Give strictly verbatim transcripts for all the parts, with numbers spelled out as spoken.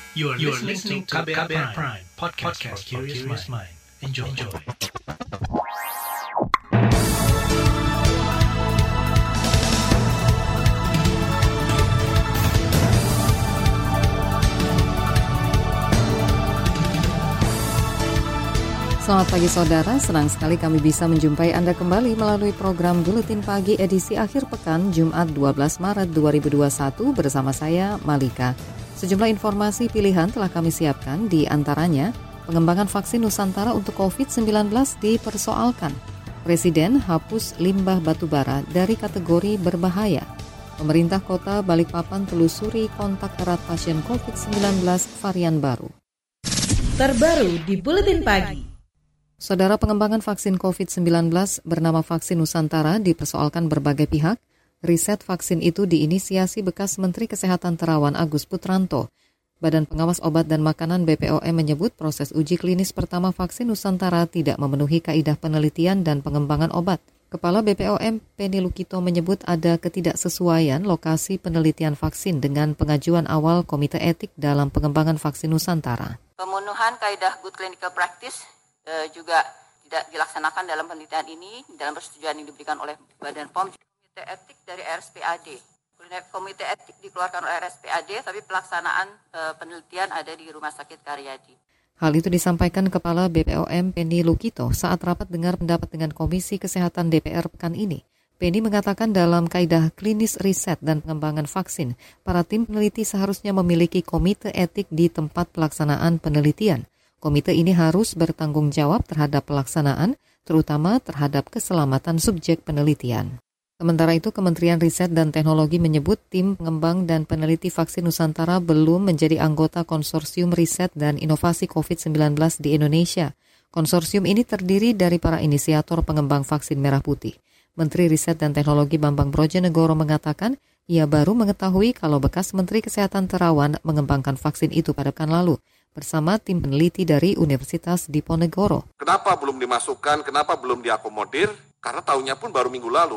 You are listening to K B R Prime, podcast for curious mind. Enjoy. Enjoy. Selamat pagi saudara, senang sekali kami bisa menjumpai Anda kembali melalui program Buletin Pagi edisi akhir pekan Jumat dua belas Maret dua ribu dua puluh satu bersama saya Malika. Sejumlah informasi pilihan telah kami siapkan, di antaranya pengembangan vaksin Nusantara untuk covid sembilan belas dipersoalkan. Presiden hapus limbah batubara dari kategori berbahaya. Pemerintah Kota Balikpapan telusuri kontak erat pasien covid sembilan belas varian baru. Terbaru di Buletin Pagi. Saudara, pengembangan vaksin covid sembilan belas bernama vaksin Nusantara dipersoalkan berbagai pihak. Riset vaksin itu diinisiasi bekas Menteri Kesehatan Terawan Agus Putranto. Badan Pengawas Obat dan Makanan B P O M menyebut proses uji klinis pertama vaksin Nusantara tidak memenuhi kaidah penelitian dan pengembangan obat. Kepala B P O M Penny Lukito menyebut ada ketidaksesuaian lokasi penelitian vaksin dengan pengajuan awal Komite Etik dalam pengembangan vaksin Nusantara. Pemenuhan kaidah good clinical practice juga tidak dilaksanakan dalam penelitian ini dalam persetujuan yang diberikan oleh Badan P O M. Komite etik dari R S P A D. Komite etik dikeluarkan oleh R S P A D, tapi pelaksanaan e, penelitian ada di Rumah Sakit Karyadi. Hal itu disampaikan Kepala B P O M Penny Lukito saat rapat dengar pendapat dengan Komisi Kesehatan D P R pekan ini. Penny mengatakan dalam kaidah klinis riset dan pengembangan vaksin, para tim peneliti seharusnya memiliki komite etik di tempat pelaksanaan penelitian. Komite ini harus bertanggung jawab terhadap pelaksanaan, terutama terhadap keselamatan subjek penelitian. Sementara itu, Kementerian Riset dan Teknologi menyebut tim pengembang dan peneliti vaksin Nusantara belum menjadi anggota Konsorsium Riset dan Inovasi covid sembilan belas di Indonesia. Konsorsium ini terdiri dari para inisiator pengembang vaksin merah putih. Menteri Riset dan Teknologi Bambang Brojonegoro mengatakan ia baru mengetahui kalau bekas Menteri Kesehatan Terawan mengembangkan vaksin itu pada pekan lalu bersama tim peneliti dari Universitas Diponegoro. Kenapa belum dimasukkan, kenapa belum diakomodir? Karena tahunya pun baru minggu lalu.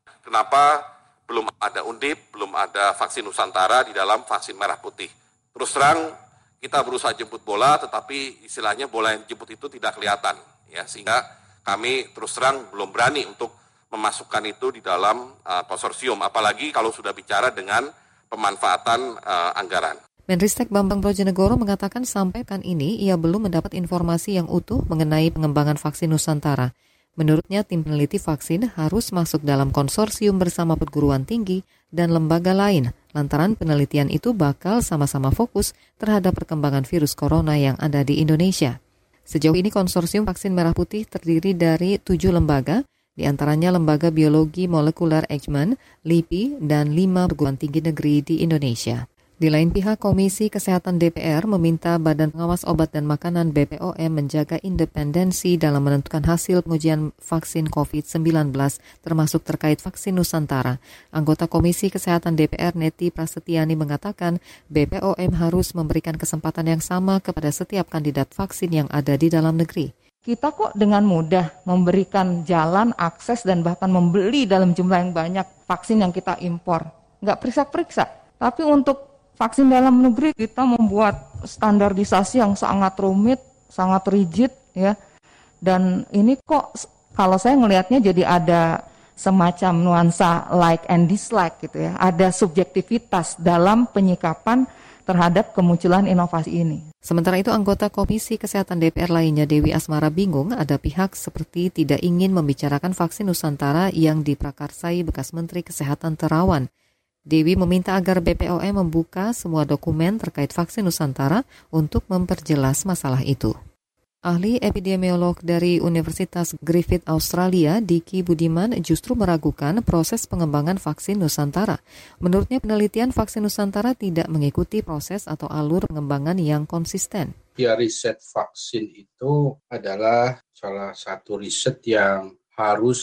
Kenapa belum ada Undip, belum ada vaksin Nusantara di dalam vaksin merah putih? Terus terang kita berusaha jemput bola, tetapi istilahnya bola yang jemput itu tidak kelihatan, ya, sehingga kami terus terang belum berani untuk memasukkan itu di dalam uh, konsorsium, apalagi kalau sudah bicara dengan pemanfaatan uh, anggaran. Menristek Bambang Brojonegoro mengatakan sampai pekan ini ia belum mendapat informasi yang utuh mengenai pengembangan vaksin Nusantara. Menurutnya, tim peneliti vaksin harus masuk dalam konsorsium bersama perguruan tinggi dan lembaga lain, lantaran penelitian itu bakal sama-sama fokus terhadap perkembangan virus corona yang ada di Indonesia. Sejauh ini konsorsium vaksin merah putih terdiri dari tujuh lembaga, di antaranya Lembaga Biologi Molekuler Eijkman, L I P I, dan lima perguruan tinggi negeri di Indonesia. Di lain pihak, Komisi Kesehatan D P R meminta Badan Pengawas Obat dan Makanan B P O M menjaga independensi dalam menentukan hasil pengujian vaksin covid sembilan belas, termasuk terkait vaksin Nusantara. Anggota Komisi Kesehatan D P R Neti Prasetyani mengatakan B P O M harus memberikan kesempatan yang sama kepada setiap kandidat vaksin yang ada di dalam negeri. Kita kok dengan mudah memberikan jalan, akses, dan bahkan membeli dalam jumlah yang banyak vaksin yang kita impor. Nggak periksa-periksa. Tapi untuk vaksin dalam negeri kita membuat standarisasi yang sangat rumit, sangat rigid, ya. Dan ini kok kalau saya ngelihatnya jadi ada semacam nuansa like and dislike gitu ya. Ada subjektivitas dalam penyikapan terhadap kemunculan inovasi ini. Sementara itu, anggota Komisi Kesehatan D P R lainnya Dewi Asmara bingung ada pihak seperti tidak ingin membicarakan vaksin Nusantara yang diprakarsai bekas Menteri Kesehatan Terawan. Dewi meminta agar B P O M membuka semua dokumen terkait vaksin Nusantara untuk memperjelas masalah itu. Ahli epidemiolog dari Universitas Griffith Australia, Diki Budiman, justru meragukan proses pengembangan vaksin Nusantara. Menurutnya, penelitian vaksin Nusantara tidak mengikuti proses atau alur pengembangan yang konsisten. Ya, riset vaksin itu adalah salah satu riset yang harus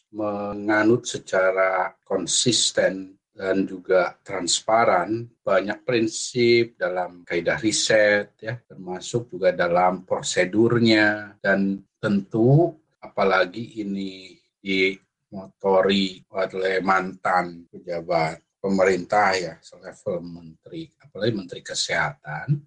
menganut secara konsisten dan juga transparan banyak prinsip dalam kaidah riset, ya, termasuk juga dalam prosedurnya, dan tentu apalagi ini dimotori oleh mantan pejabat pemerintah ya, selevel menteri, apalagi menteri kesehatan,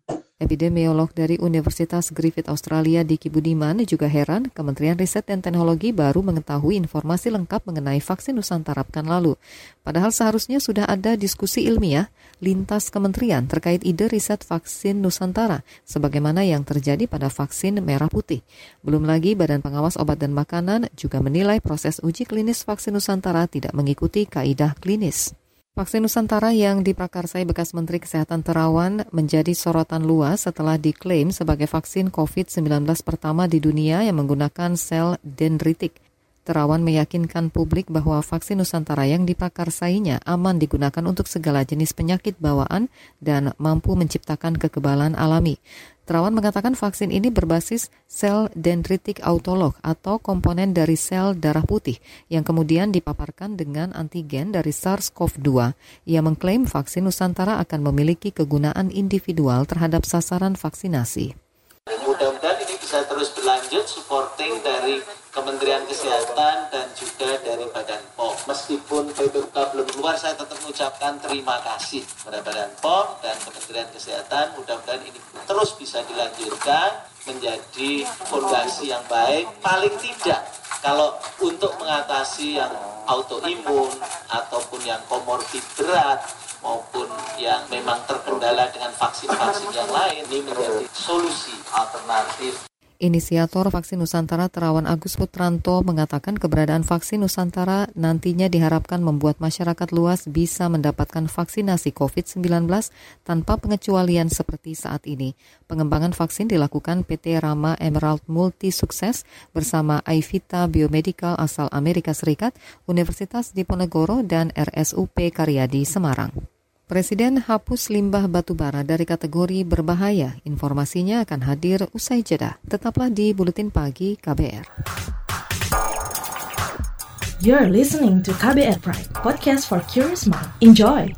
Epidemiolog dari Universitas Griffith Australia Diki Budiman juga heran Kementerian Riset dan Teknologi baru mengetahui informasi lengkap mengenai vaksin Nusantara pekan lalu. Padahal seharusnya sudah ada diskusi ilmiah lintas kementerian terkait ide riset vaksin Nusantara sebagaimana yang terjadi pada vaksin merah putih. Belum lagi Badan Pengawas Obat dan Makanan juga menilai proses uji klinis vaksin Nusantara tidak mengikuti kaidah klinis. Vaksin Nusantara yang diprakarsai bekas Menteri Kesehatan Terawan menjadi sorotan luas setelah diklaim sebagai vaksin covid sembilan belas pertama di dunia yang menggunakan sel dendritik. Terawan meyakinkan publik bahwa vaksin Nusantara yang diprakarsainya aman digunakan untuk segala jenis penyakit bawaan dan mampu menciptakan kekebalan alami. Terawan mengatakan vaksin ini berbasis sel dendritik autolog atau komponen dari sel darah putih yang kemudian dipaparkan dengan antigen dari SARS-CoV dua. Ia mengklaim vaksin Nusantara akan memiliki kegunaan individual terhadap sasaran vaksinasi. Mudah-mudahan ini bisa terus berlanjut supporting dari Kementerian Kesehatan dan juga dari Badan P O M. Meskipun P P U K belum keluar, saya tetap mengucapkan terima kasih kepada Badan P O M dan Kementerian Kesehatan. Mudah-mudahan ini terus bisa dilanjutkan menjadi fondasi yang baik. Paling tidak kalau untuk mengatasi yang autoimun ataupun yang komorbid berat maupun yang memang terkendala dengan vaksin-vaksin yang lain, ini menjadi solusi alternatif. Inisiator vaksin Nusantara Terawan Agus Putranto mengatakan keberadaan vaksin Nusantara nantinya diharapkan membuat masyarakat luas bisa mendapatkan vaksinasi covid sembilan belas tanpa pengecualian seperti saat ini. Pengembangan vaksin dilakukan P T Rama Emerald Multi Sukses bersama Aivita Biomedical asal Amerika Serikat, Universitas Diponegoro, dan R S U P Karyadi Semarang. Presiden hapus limbah batubara dari kategori berbahaya. Informasinya akan hadir usai jeda. Tetaplah di Buletin Pagi K B R. You're listening to K B R Pride, podcast for curious mind. Enjoy!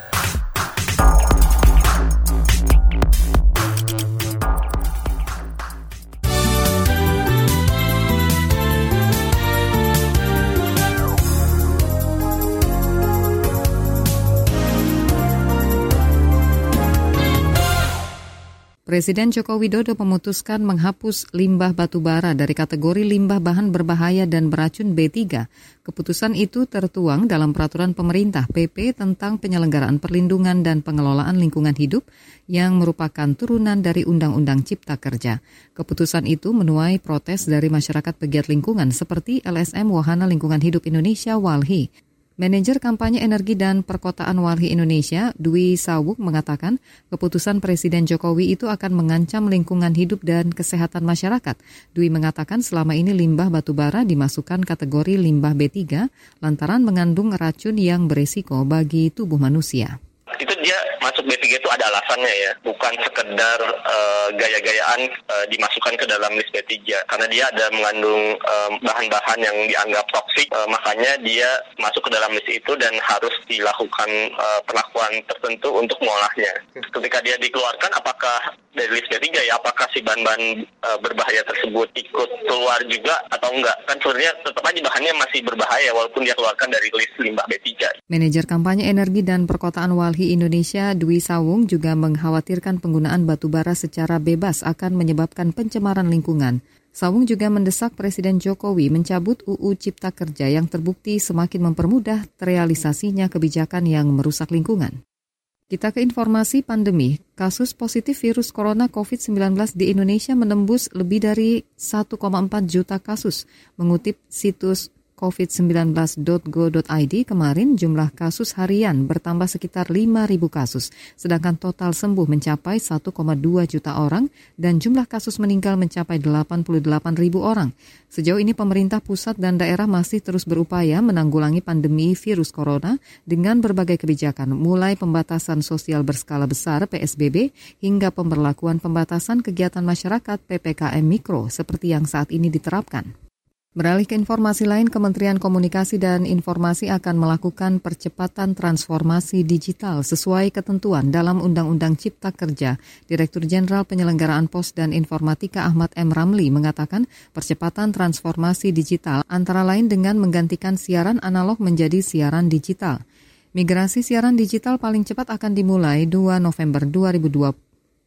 Presiden Joko Widodo memutuskan menghapus limbah batubara dari kategori limbah bahan berbahaya dan beracun B tiga. Keputusan itu tertuang dalam peraturan pemerintah P P tentang penyelenggaraan perlindungan dan pengelolaan lingkungan hidup yang merupakan turunan dari Undang-Undang Cipta Kerja. Keputusan itu menuai protes dari masyarakat pegiat lingkungan seperti L S M Wahana Lingkungan Hidup Indonesia Walhi. Manajer Kampanye Energi dan Perkotaan Walhi Indonesia, Dwi Sawuk, mengatakan keputusan Presiden Jokowi itu akan mengancam lingkungan hidup dan kesehatan masyarakat. Dwi mengatakan selama ini limbah batubara dimasukkan kategori limbah B tiga lantaran mengandung racun yang beresiko bagi tubuh manusia. Itu dia masuk B tiga itu ada alasannya ya, bukan sekedar uh, gaya-gayaan uh, dimasukkan ke dalam list B tiga, karena dia ada mengandung uh, bahan-bahan yang dianggap toksik, uh, makanya dia masuk ke dalam list itu dan harus dilakukan uh, perlakuan tertentu untuk mengolahnya. Ketika dia dikeluarkan, apakah dari list B tiga ya, apakah si bahan-bahan uh, berbahaya tersebut ikut keluar juga atau enggak? Kan sebenarnya tetap aja bahannya masih berbahaya walaupun dia keluarkan dari list limbah B tiga. Manajer Kampanye Energi dan Perkotaan Walhi Indonesia, Dwi Sawung, juga mengkhawatirkan penggunaan batubara secara bebas akan menyebabkan pencemaran lingkungan. Sawung juga mendesak Presiden Jokowi mencabut U U Cipta Kerja yang terbukti semakin mempermudah terrealisasinya kebijakan yang merusak lingkungan. Kita ke informasi pandemi. Kasus positif virus corona covid sembilan belas di Indonesia menembus lebih dari satu koma empat juta kasus. Mengutip situs covid sembilan belas dot go dot i d kemarin jumlah kasus harian bertambah sekitar lima ribu kasus, sedangkan total sembuh mencapai satu koma dua juta orang dan jumlah kasus meninggal mencapai delapan puluh delapan ribu orang. Sejauh ini pemerintah pusat dan daerah masih terus berupaya menanggulangi pandemi virus corona dengan berbagai kebijakan, mulai pembatasan sosial berskala besar P S B B hingga pemberlakuan pembatasan kegiatan masyarakat P P K M Mikro seperti yang saat ini diterapkan. Beralih ke informasi lain, Kementerian Komunikasi dan Informasi akan melakukan percepatan transformasi digital sesuai ketentuan dalam Undang-Undang Cipta Kerja. Direktur Jenderal Penyelenggaraan Pos dan Informatika Ahmad M. Ramli mengatakan percepatan transformasi digital antara lain dengan menggantikan siaran analog menjadi siaran digital. Migrasi siaran digital paling cepat akan dimulai dua November dua ribu dua puluh.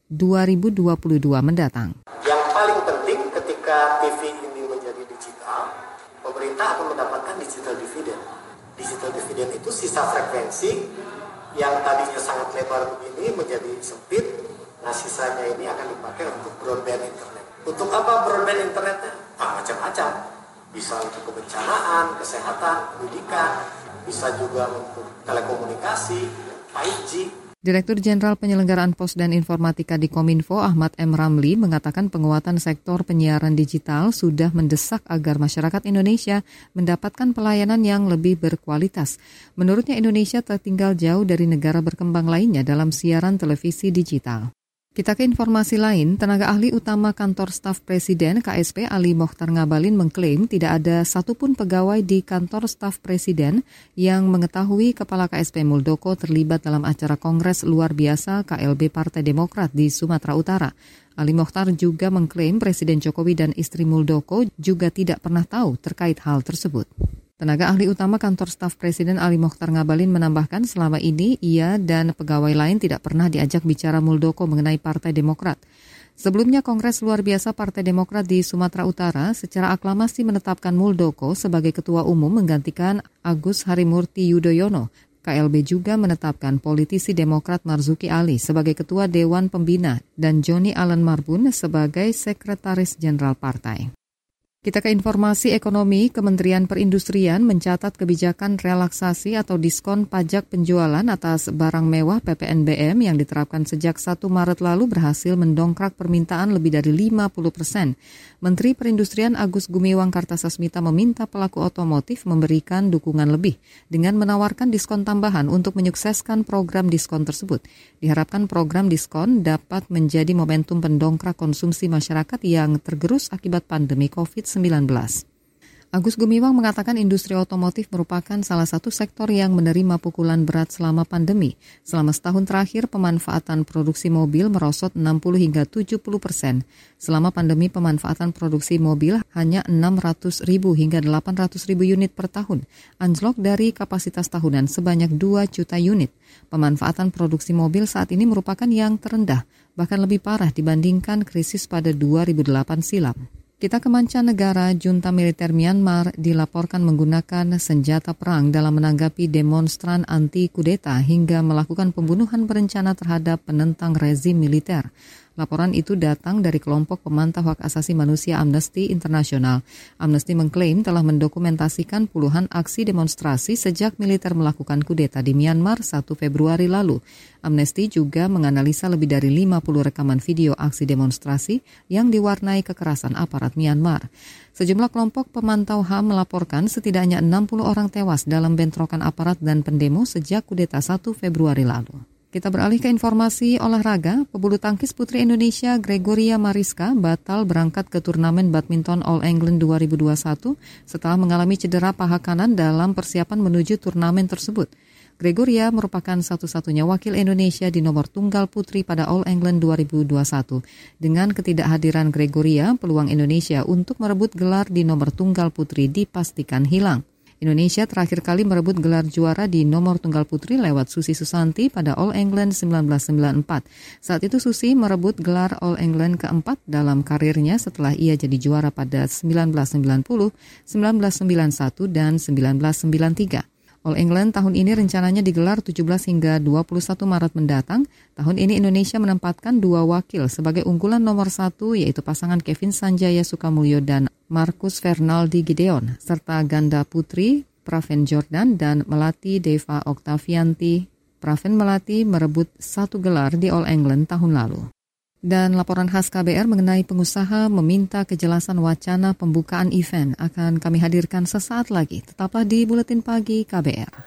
dua ribu dua puluh dua mendatang. Yang paling penting ketika T V ini menjadi digital, pemerintah akan mendapatkan digital dividend. Digital dividend itu sisa frekuensi yang tadinya sangat lebar begini menjadi sempit. Nah, sisanya ini akan dipakai untuk broadband internet. Untuk apa broadband internetnya? Ah, macam-macam. Bisa untuk kebencanaan, kesehatan, pendidikan, bisa juga untuk telekomunikasi, lima G. Direktur Jenderal Penyelenggaraan Pos dan Informatika di Kominfo, Ahmad M. Ramli, mengatakan penguatan sektor penyiaran digital sudah mendesak agar masyarakat Indonesia mendapatkan pelayanan yang lebih berkualitas. Menurutnya, Indonesia tertinggal jauh dari negara berkembang lainnya dalam siaran televisi digital. Kita ke informasi lain, tenaga ahli utama kantor staf Presiden K S P Ali Mokhtar Ngabalin mengklaim tidak ada satupun pegawai di kantor staf Presiden yang mengetahui Kepala K S P Muldoko terlibat dalam acara Kongres Luar Biasa K L B Partai Demokrat di Sumatera Utara. Ali Mokhtar juga mengklaim Presiden Jokowi dan istri Muldoko juga tidak pernah tahu terkait hal tersebut. Tenaga ahli utama kantor staf Presiden Ali Mokhtar Ngabalin menambahkan selama ini ia dan pegawai lain tidak pernah diajak bicara Muldoko mengenai Partai Demokrat. Sebelumnya Kongres Luar Biasa Partai Demokrat di Sumatera Utara secara aklamasi menetapkan Muldoko sebagai ketua umum menggantikan Agus Harimurti Yudhoyono. K L B juga menetapkan politisi Demokrat Marzuki Ali sebagai ketua Dewan Pembina dan Joni Allen Marbun sebagai sekretaris jenderal partai. Kita ke informasi ekonomi, Kementerian Perindustrian mencatat kebijakan relaksasi atau diskon pajak penjualan atas barang mewah P P N B M yang diterapkan sejak satu Maret lalu berhasil mendongkrak permintaan lebih dari lima puluh persen. Menteri Perindustrian Agus Gumiwang Kartasasmita meminta pelaku otomotif memberikan dukungan lebih dengan menawarkan diskon tambahan untuk menyukseskan program diskon tersebut. Diharapkan program diskon dapat menjadi momentum pendongkrak konsumsi masyarakat yang tergerus akibat pandemi covid sembilan belas. Agus Gumiwang mengatakan industri otomotif merupakan salah satu sektor yang menerima pukulan berat selama pandemi. Selama setahun terakhir, pemanfaatan produksi mobil merosot enam puluh hingga tujuh puluh persen. Selama pandemi, pemanfaatan produksi mobil hanya enam ratus ribu hingga delapan ratus ribu unit per tahun, anjlok dari kapasitas tahunan sebanyak dua juta unit. Pemanfaatan produksi mobil saat ini merupakan yang terendah, bahkan lebih parah dibandingkan krisis pada dua ribu delapan silam. Kita ke mancanegara, junta militer Myanmar dilaporkan menggunakan senjata perang dalam menanggapi demonstran anti-kudeta hingga melakukan pembunuhan berencana terhadap penentang rezim militer. Laporan itu datang dari kelompok pemantau hak asasi manusia Amnesty International. Amnesty mengklaim telah mendokumentasikan puluhan aksi demonstrasi sejak militer melakukan kudeta di Myanmar satu Februari lalu. Amnesty juga menganalisa lebih dari lima puluh rekaman video aksi demonstrasi yang diwarnai kekerasan aparat Myanmar. Sejumlah kelompok pemantau H A M melaporkan setidaknya enam puluh orang tewas dalam bentrokan aparat dan pendemo sejak kudeta satu Februari lalu. Kita beralih ke informasi olahraga. Pebulu tangkis putri Indonesia Gregoria Mariska batal berangkat ke turnamen badminton All England dua ribu dua puluh satu setelah mengalami cedera paha kanan dalam persiapan menuju turnamen tersebut. Gregoria merupakan satu-satunya wakil Indonesia di nomor tunggal putri pada All England dua ribu dua puluh satu. Dengan ketidakhadiran Gregoria, peluang Indonesia untuk merebut gelar di nomor tunggal putri dipastikan hilang. Indonesia terakhir kali merebut gelar juara di nomor tunggal putri lewat Susi Susanti pada All England seribu sembilan ratus sembilan puluh empat. Saat itu Susi merebut gelar All England keempat dalam karirnya setelah ia jadi juara pada seribu sembilan ratus sembilan puluh, seribu sembilan ratus sembilan puluh satu, dan seribu sembilan ratus sembilan puluh tiga. All England tahun ini rencananya digelar tujuh belas hingga dua puluh satu Maret mendatang. Tahun ini Indonesia menempatkan dua wakil sebagai unggulan nomor satu, yaitu pasangan Kevin Sanjaya Sukamulyo dan Marcus Fernaldi Gideon, serta ganda putri Praven Jordan dan Melati Deva Oktavianti. Praven Melati merebut satu gelar di All England tahun lalu. Dan laporan khas K B R mengenai pengusaha meminta kejelasan wacana pembukaan event akan kami hadirkan sesaat lagi. Tetaplah di Buletin Pagi K B R.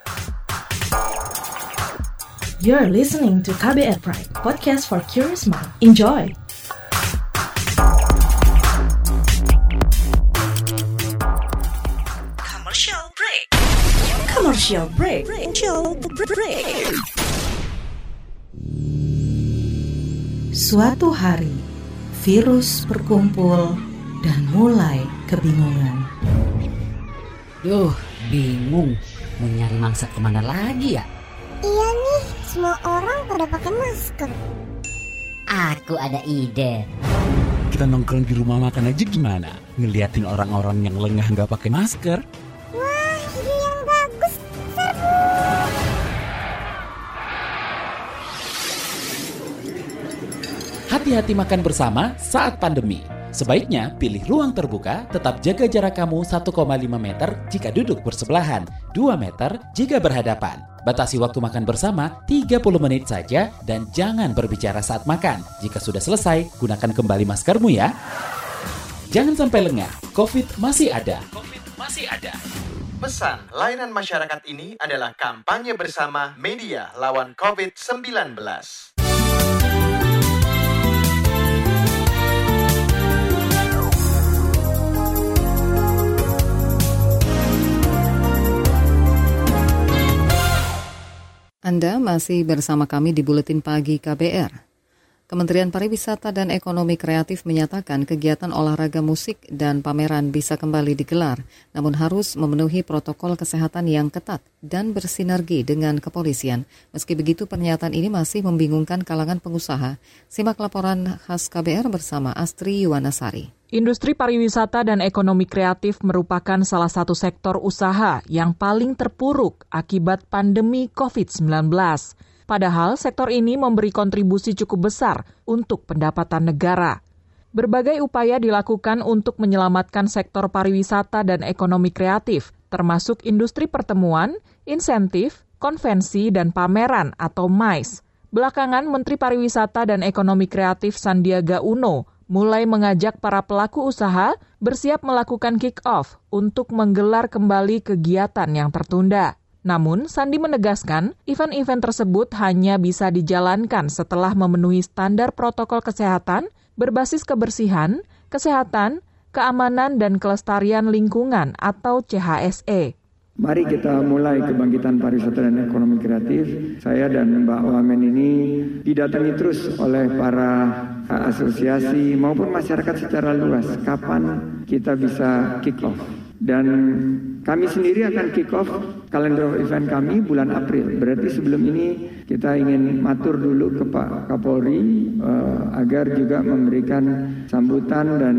You're listening to K B R Pride, podcast for curious mind. Enjoy! Commercial break. Commercial break. Commercial break. Suatu hari, virus berkumpul dan mulai kebingungan. Duh, bingung. Mau nyari mangsa kemana lagi ya? Iya nih, semua orang pada pakai masker. Aku ada ide. Kita nongkrong di rumah makan aja gimana? Ngeliatin orang-orang yang lengah nggak pakai masker. Wah, ide yang bagus. Serbu. Hati-hati makan bersama saat pandemi. Sebaiknya pilih ruang terbuka, tetap jaga jarak kamu satu koma lima meter jika duduk bersebelahan, dua meter jika berhadapan. Batasi waktu makan bersama tiga puluh menit saja dan jangan berbicara saat makan. Jika sudah selesai, gunakan kembali maskermu ya. Jangan sampai lengah, COVID masih ada. COVID masih ada. Pesan layanan masyarakat ini adalah kampanye bersama media lawan covid sembilan belas. Anda masih bersama kami di Buletin Pagi K B R. Kementerian Pariwisata dan Ekonomi Kreatif menyatakan kegiatan olahraga musik dan pameran bisa kembali digelar, namun harus memenuhi protokol kesehatan yang ketat dan bersinergi dengan kepolisian. Meski begitu, pernyataan ini masih membingungkan kalangan pengusaha. Simak laporan khas K B R bersama Astri Yuwanasari. Industri pariwisata dan ekonomi kreatif merupakan salah satu sektor usaha yang paling terpuruk akibat pandemi covid sembilan belas. Padahal sektor ini memberi kontribusi cukup besar untuk pendapatan negara. Berbagai upaya dilakukan untuk menyelamatkan sektor pariwisata dan ekonomi kreatif, termasuk industri pertemuan, insentif, konvensi, dan pameran atau M I C E. Belakangan, Menteri Pariwisata dan Ekonomi Kreatif Sandiaga Uno mulai mengajak para pelaku usaha bersiap melakukan kick-off untuk menggelar kembali kegiatan yang tertunda. Namun, Sandi menegaskan event-event tersebut hanya bisa dijalankan setelah memenuhi standar protokol kesehatan berbasis kebersihan, kesehatan, keamanan, dan kelestarian lingkungan atau C H S E. Mari kita mulai kebangkitan pariwisata dan ekonomi kreatif. Saya dan Mbak Wamen ini didatangi terus oleh para asosiasi maupun masyarakat secara luas. Kapan kita bisa kick off? Dan kami sendiri akan kick off kalender event kami bulan April. Berarti sebelum ini kita ingin matur dulu ke Pak Kapolri uh, agar juga memberikan sambutan dan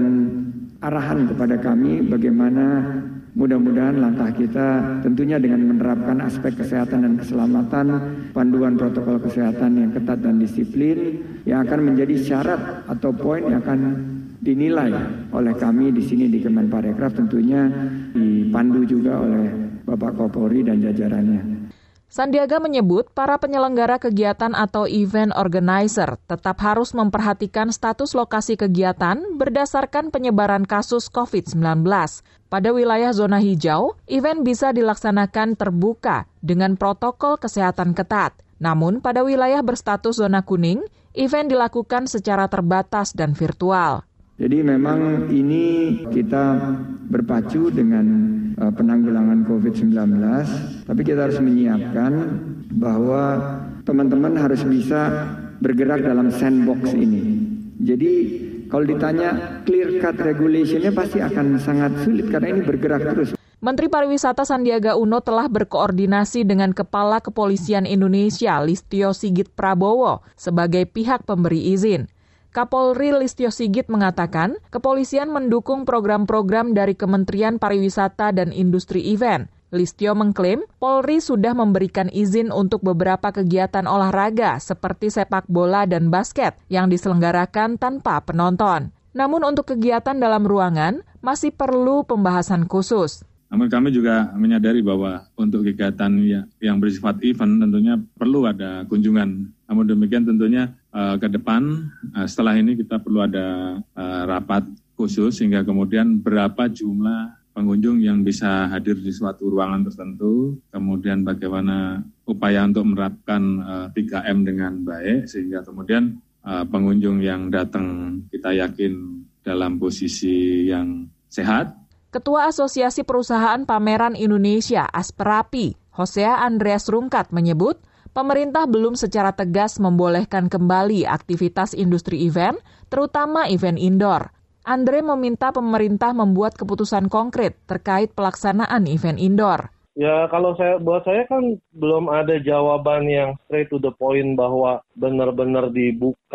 arahan kepada kami bagaimana mudah-mudahan langkah kita tentunya dengan menerapkan aspek kesehatan dan keselamatan, panduan protokol kesehatan yang ketat dan disiplin yang akan menjadi syarat atau poin yang akan dinilai oleh kami di sini di Kemenparekraf, tentunya dipandu juga oleh Bapak Kapolri dan jajarannya. Sandiaga menyebut para penyelenggara kegiatan atau event organizer tetap harus memperhatikan status lokasi kegiatan berdasarkan penyebaran kasus covid sembilan belas. Pada wilayah zona hijau, event bisa dilaksanakan terbuka dengan protokol kesehatan ketat. Namun pada wilayah berstatus zona kuning, event dilakukan secara terbatas dan virtual. Jadi memang ini kita berpacu dengan uh, penanggulangan covid sembilan belas, tapi kita harus menyiapkan bahwa teman-teman harus bisa bergerak dalam sandbox ini. Jadi kalau ditanya clear cut regulationnya pasti akan sangat sulit karena ini bergerak terus. Menteri Pariwisata Sandiaga Uno telah berkoordinasi dengan Kepala Kepolisian Indonesia Listio Sigit Prabowo sebagai pihak pemberi izin. Kapolri Listio Sigit mengatakan, kepolisian mendukung program-program dari Kementerian Pariwisata dan Industri Event. Listio mengklaim Polri sudah memberikan izin untuk beberapa kegiatan olahraga seperti sepak bola dan basket yang diselenggarakan tanpa penonton. Namun untuk kegiatan dalam ruangan masih perlu pembahasan khusus. Namun kami juga menyadari bahwa untuk kegiatan yang bersifat event tentunya perlu ada kunjungan. Namun demikian tentunya uh, ke depan uh, setelah ini kita perlu ada uh, rapat khusus sehingga kemudian berapa jumlah pengunjung yang bisa hadir di suatu ruangan tertentu, kemudian bagaimana upaya untuk menerapkan uh, tiga M dengan baik sehingga kemudian uh, pengunjung yang datang kita yakin dalam posisi yang sehat. Ketua Asosiasi Perusahaan Pameran Indonesia Asperapi, Hosea Andreas Rungkat menyebut, pemerintah belum secara tegas membolehkan kembali aktivitas industri event, terutama event indoor. Andre meminta pemerintah membuat keputusan konkret terkait pelaksanaan event indoor. Ya kalau saya buat saya kan belum ada jawaban yang straight to the point bahwa benar-benar dibuka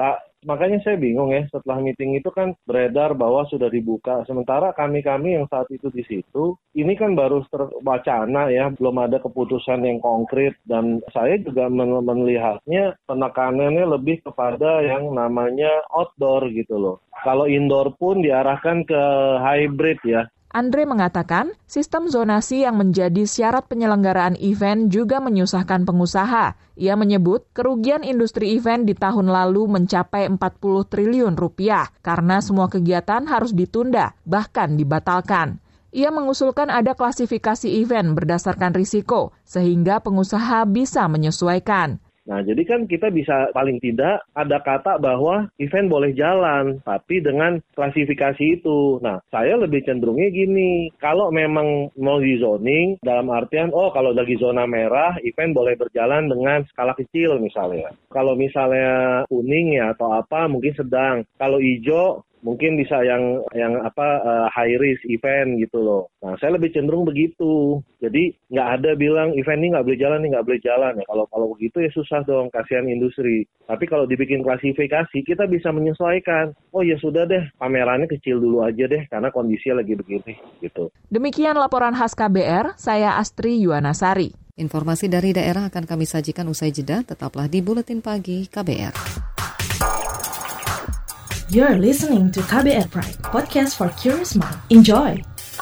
makanya saya bingung ya, setelah meeting itu kan beredar bahwa sudah dibuka. Sementara kami-kami yang saat itu di situ, ini kan baru terwacana ya, belum ada keputusan yang konkret. Dan saya juga men- melihatnya penekanannya lebih kepada yang namanya outdoor gitu loh. Kalau indoor pun diarahkan ke hybrid ya. Andre mengatakan, sistem zonasi yang menjadi syarat penyelenggaraan event juga menyusahkan pengusaha. Ia menyebut kerugian industri event di tahun lalu mencapai empat puluh triliun rupiah karena semua kegiatan harus ditunda, bahkan dibatalkan. Ia mengusulkan ada klasifikasi event berdasarkan risiko, sehingga pengusaha bisa menyesuaikan. Nah, jadi kan kita bisa paling tidak ada kata bahwa event boleh jalan, tapi dengan klasifikasi itu. Nah, saya lebih cenderungnya gini, kalau memang mau di zoning, dalam artian, oh kalau lagi zona merah, event boleh berjalan dengan skala kecil misalnya. Kalau misalnya kuning ya atau apa, mungkin sedang. Kalau hijau, mungkin bisa yang yang apa uh, high risk event gitu loh. Nah, saya lebih cenderung begitu. Jadi nggak ada bilang event ini nggak boleh jalan, ini nggak boleh jalan ya. Kalau kalau begitu ya susah dong, kasihan industri. Tapi kalau dibikin klasifikasi, kita bisa menyesuaikan. Oh ya sudah deh, pamerannya kecil dulu aja deh, karena kondisinya lagi begini gitu. Demikian laporan khas K B R, saya Astri Yuwanasari. Informasi dari daerah akan kami sajikan usai jeda. Tetaplah di Buletin Pagi K B R. You're listening to K B R Pride, podcast for curious mind. Enjoy!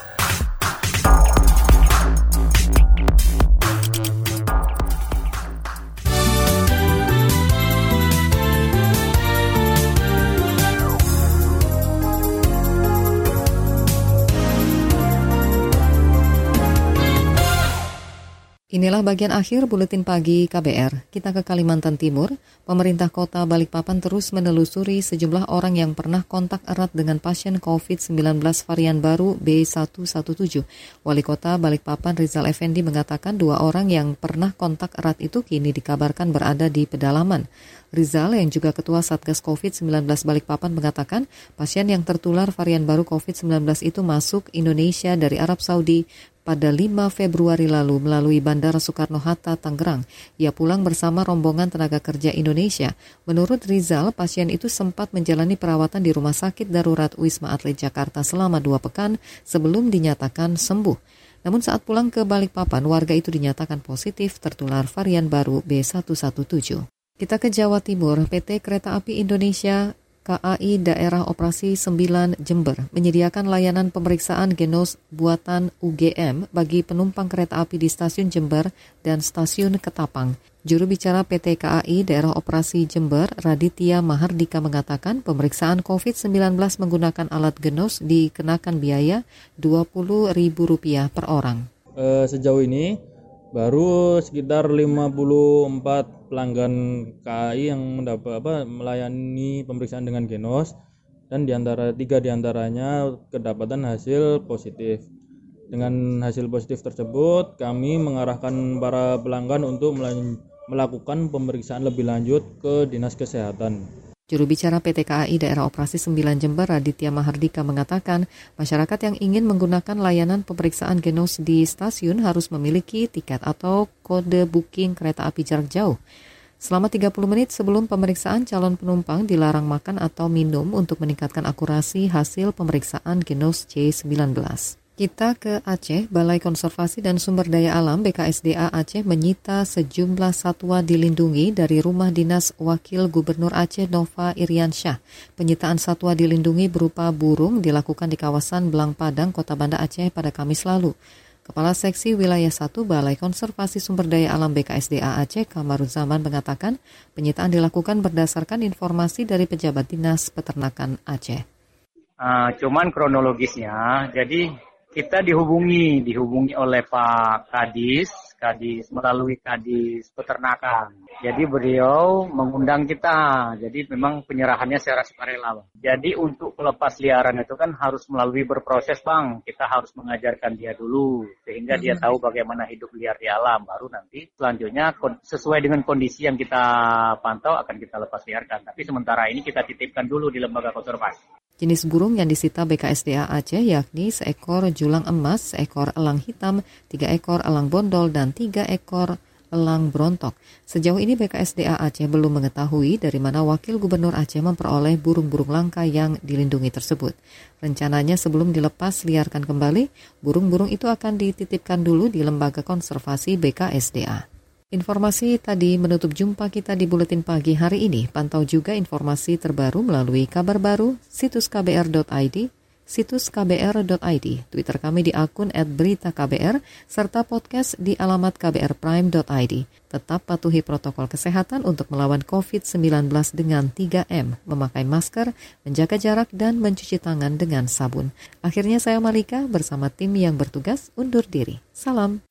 Inilah bagian akhir Buletin Pagi K B R. Kita ke Kalimantan Timur. Pemerintah Kota Balikpapan terus menelusuri sejumlah orang yang pernah kontak erat dengan pasien covid sembilan belas varian baru B satu satu tujuh. Wali Kota Balikpapan Rizal Effendi mengatakan dua orang yang pernah kontak erat itu kini dikabarkan berada di pedalaman. Rizal yang juga Ketua Satgas covid sembilan belas Balikpapan mengatakan pasien yang tertular varian baru covid sembilan belas itu masuk Indonesia dari Arab Saudi pada lima Februari lalu melalui Bandara Soekarno-Hatta, Tangerang. Ia pulang bersama rombongan tenaga kerja Indonesia. Menurut Rizal, pasien itu sempat menjalani perawatan di Rumah Sakit Darurat Wisma Atlet Jakarta selama dua pekan sebelum dinyatakan sembuh. Namun saat pulang ke Balikpapan, warga itu dinyatakan positif tertular varian baru B satu satu tujuh. Kita ke Jawa Timur. P T Kereta Api Indonesia K A I Daerah Operasi sembilan Jember menyediakan layanan pemeriksaan genos buatan U G M bagi penumpang kereta api di stasiun Jember dan stasiun Ketapang. Juru bicara P T K A I Daerah Operasi Jember, Raditya Mahardika mengatakan pemeriksaan covid sembilan belas menggunakan alat genos dikenakan biaya dua puluh ribu rupiah per orang. E, sejauh ini baru sekitar lima puluh empat pelanggan K A I yang mendapat apa melayani pemeriksaan dengan genos, dan diantara tiga diantaranya kedapatan hasil positif. Dengan hasil positif tersebut, kami mengarahkan para pelanggan untuk melakukan pemeriksaan lebih lanjut ke Dinas Kesehatan. Juru bicara P T K A I Daerah Operasi sembilan Jember, Raditya Mahardika mengatakan, masyarakat yang ingin menggunakan layanan pemeriksaan genos di stasiun harus memiliki tiket atau kode booking kereta api jarak jauh. Selama tiga puluh menit sebelum pemeriksaan, calon penumpang dilarang makan atau minum untuk meningkatkan akurasi hasil pemeriksaan genos C sembilan belas. Kita ke Aceh. Balai Konservasi dan Sumber Daya Alam B K S D A Aceh menyita sejumlah satwa dilindungi dari rumah dinas Wakil Gubernur Aceh Nova Iriansyah. Penyitaan satwa dilindungi berupa burung dilakukan di kawasan Belang Padang, Kota Banda Aceh pada Kamis lalu. Kepala Seksi Wilayah satu Balai Konservasi Sumber Daya Alam B K S D A Aceh, Kamaruzzaman mengatakan penyitaan dilakukan berdasarkan informasi dari pejabat Dinas Peternakan Aceh. Uh, cuman kronologisnya, jadi kita dihubungi, dihubungi oleh Pak Kadis, Kadis melalui Kadis Peternakan. Jadi beliau mengundang kita, jadi memang penyerahannya secara sukarela. Jadi untuk pelepas liaran itu kan harus melalui berproses, Bang. Kita harus mengajarkan dia dulu, sehingga dia tahu bagaimana hidup liar di alam. Baru nanti selanjutnya sesuai dengan kondisi yang kita pantau akan kita lepas liarkan. Tapi sementara ini kita titipkan dulu di lembaga konservasi. Jenis burung yang disita B K S D A Aceh yakni seekor julang emas, seekor elang hitam, tiga ekor elang bondol, dan tiga ekor Elang Brontok. Sejauh ini B K S D A Aceh belum mengetahui dari mana Wakil Gubernur Aceh memperoleh burung-burung langka yang dilindungi tersebut. Rencananya sebelum dilepas liarkan kembali, burung-burung itu akan dititipkan dulu di Lembaga Konservasi B K S D A. Informasi tadi menutup jumpa kita di Buletin Pagi hari ini. Pantau juga informasi terbaru melalui kabar baru, situs k b r dot i d, situs k b r dot i d, Twitter kami di akun et berita k b r, serta podcast di alamat k b r prime dot i d. Tetap patuhi protokol kesehatan untuk melawan covid sembilan belas dengan tiga M, memakai masker, menjaga jarak, dan mencuci tangan dengan sabun. Akhirnya saya Malika bersama tim yang bertugas undur diri. Salam.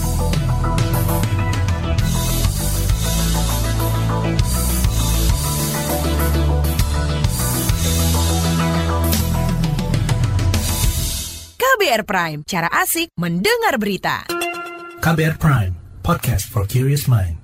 K B R Prime, cara asik mendengar berita. K B R Prime, podcast for curious mind.